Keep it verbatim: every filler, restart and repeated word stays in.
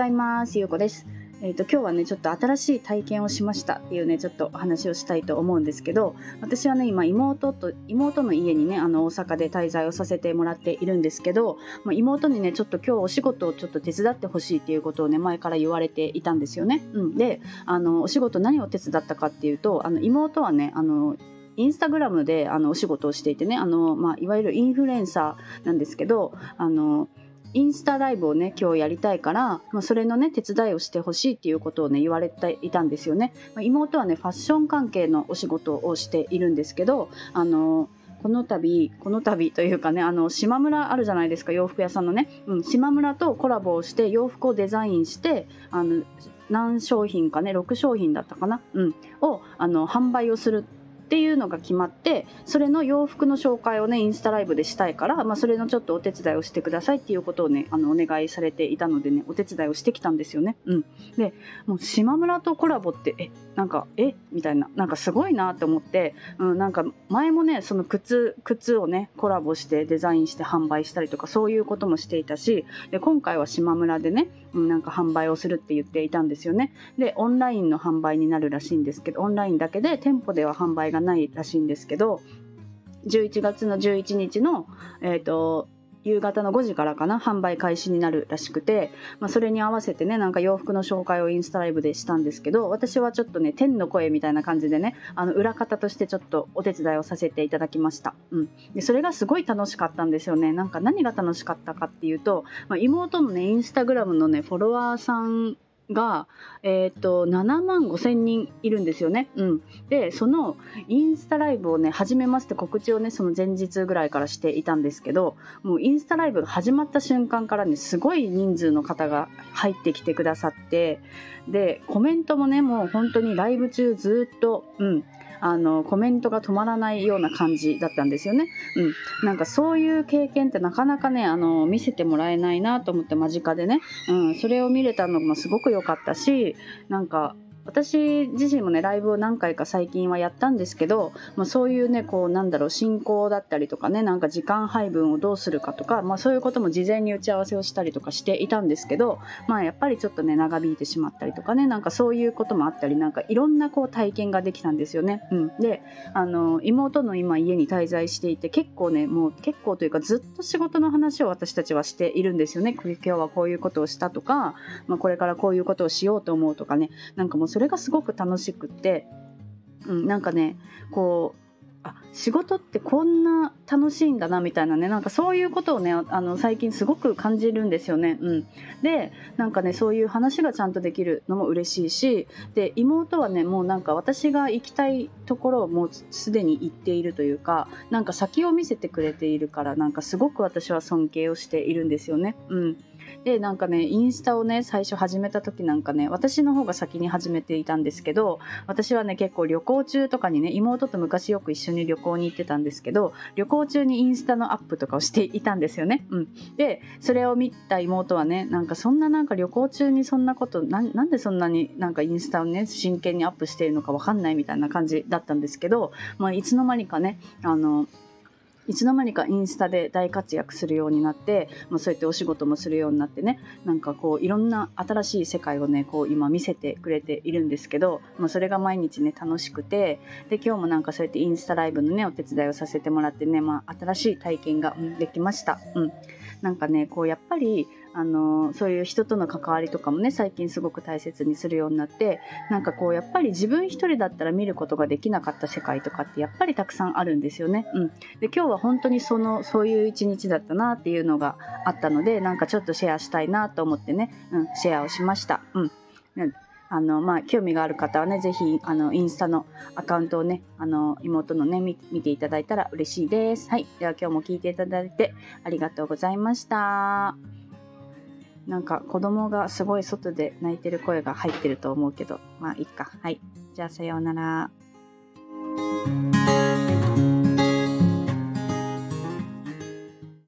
ざいます。ゆうこです。えーと、今日はねちょっと新しい体験をしましたっていうねちょっとお話をしたいと思うんですけど、私はね今妹と妹の家にねあの大阪で滞在をさせてもらっているんですけど、まあ、妹にねちょっと今日お仕事をちょっと手伝ってほしいっていうことをね前から言われていたんですよね、うん、であのお仕事何を手伝ったかっていうと、あの妹はねあのインスタグラムであのお仕事をしていてね、あの、まあ、いわゆるインフルエンサーなんですけど、あのインスタライブをね今日やりたいから、まあ、それのね手伝いをしてほしいっていうことをね言われていたんですよね。まあ、妹はねファッション関係のお仕事をしているんですけど、あのこの度この度というかね、あの島村あるじゃないですか、洋服屋さんのね、うん、島村とコラボをして洋服をデザインして、あの何商品かねろく商品だったかな、うん、をあの販売をするっていうのが決まって、それの洋服の紹介をねインスタライブでしたいから、まあ、それのちょっとお手伝いをしてくださいっていうことをねあのお願いされていたのでねお手伝いをしてきたんですよね、うん、でもう島村とコラボってえなんかえみたいな、なんかすごいなと思って、うん、なんか前もねその靴靴をねコラボしてデザインして販売したりとかそういうこともしていたし、で今回は島村でね、うん、なんか販売をするって言っていたんですよね。でオンラインの販売になるらしいんですけど、オンラインだけで店舗では販売がないらしいんですけど、じゅういちがつのじゅういちにちの、えーと夕方のごじからかな販売開始になるらしくて、まあ、それに合わせてねなんか洋服の紹介をインスタライブでしたんですけど、私はちょっとね天の声みたいな感じでねあの裏方としてちょっとお手伝いをさせていただきました、うん、でそれがすごい楽しかったんですよね。なんか何が楽しかったかっていうと、まあ、妹のねインスタグラムのねフォロワーさんが、えー、とななまんごせんにんいるんですよね、うん、でそのインスタライブをね始めますって告知をねその前日ぐらいからしていたんですけど、もうインスタライブが始まった瞬間からねすごい人数の方が入ってきてくださって、でコメントもねもう本当にライブ中ずっと、うん、あのコメントが止まらないような感じだったんですよね、うん、なんかそういう経験ってなかなかねあの見せてもらえないなと思って間近でね、うん、それを見れたのもすごく良かったし、なんか私自身もねライブを何回か最近はやったんですけど、まあ、そういうねこうなんだろう進行だったりとかね、なんか時間配分をどうするかとか、まあ、そういうことも事前に打ち合わせをしたりとかしていたんですけど、まあやっぱりちょっとね長引いてしまったりとかね、なんかそういうこともあったり、なんかいろんなこう体験ができたんですよね、うん、であの妹の今家に滞在していて結構ねもう結構というかずっと仕事の話を私たちはしているんですよね。今日はこういうことをしたとか、まあ、これからこういうことをしようと思うとかね、なんかもうそれがすごく楽しくって、うん、なんかねこうあ仕事ってこんな楽しいんだなみたいなね、なんかそういうことをねあの最近すごく感じるんですよね、うん、でなんかねそういう話がちゃんとできるのも嬉しいし、で妹はねもうなんか私が行きたいところをもうすでに行っているというか、なんか先を見せてくれているから、なんかすごく私は尊敬をしているんですよね、うんでなんかねインスタをね最初始めた時なんかね私の方が先に始めていたんですけど、私はね結構旅行中とかにね妹と昔よく一緒に旅行に行ってたんですけど、旅行中にインスタのアップとかをしていたんですよね、うん、でそれを見た妹はねなんかそんななんか旅行中にそんなことな ん, なんでそんなになんかインスタをね真剣にアップしているのか分かんないみたいな感じだったんですけど、まあ、いつの間にかねあのいつの間にかインスタで大活躍するようになって、まあ、そうやってお仕事もするようになってね、なんかこういろんな新しい世界をねこう今見せてくれているんですけど、まあ、それが毎日ね楽しくて、で今日もなんかそうやってインスタライブのねお手伝いをさせてもらってね、まあ、新しい体験が、うん、できました、うん、なんかねこうやっぱりあのそういう人との関わりとかもね最近すごく大切にするようになって、なんかこうやっぱり自分一人だったら見ることができなかった世界とかってやっぱりたくさんあるんですよね、うん、で今日は本当にそのそういう一日だったなっていうのがあったので、なんかちょっとシェアしたいなと思ってね、うん、シェアをしました、うんあのまあ、興味がある方はねぜひあのインスタのアカウントをねあの妹のね 見, 見ていただいたら嬉しいです。はい、では今日も聞いていただいてありがとうございました。なんか子供がすごい外で泣いてる声が入ってると思うけど、まあいいか。はい、じゃあさようなら。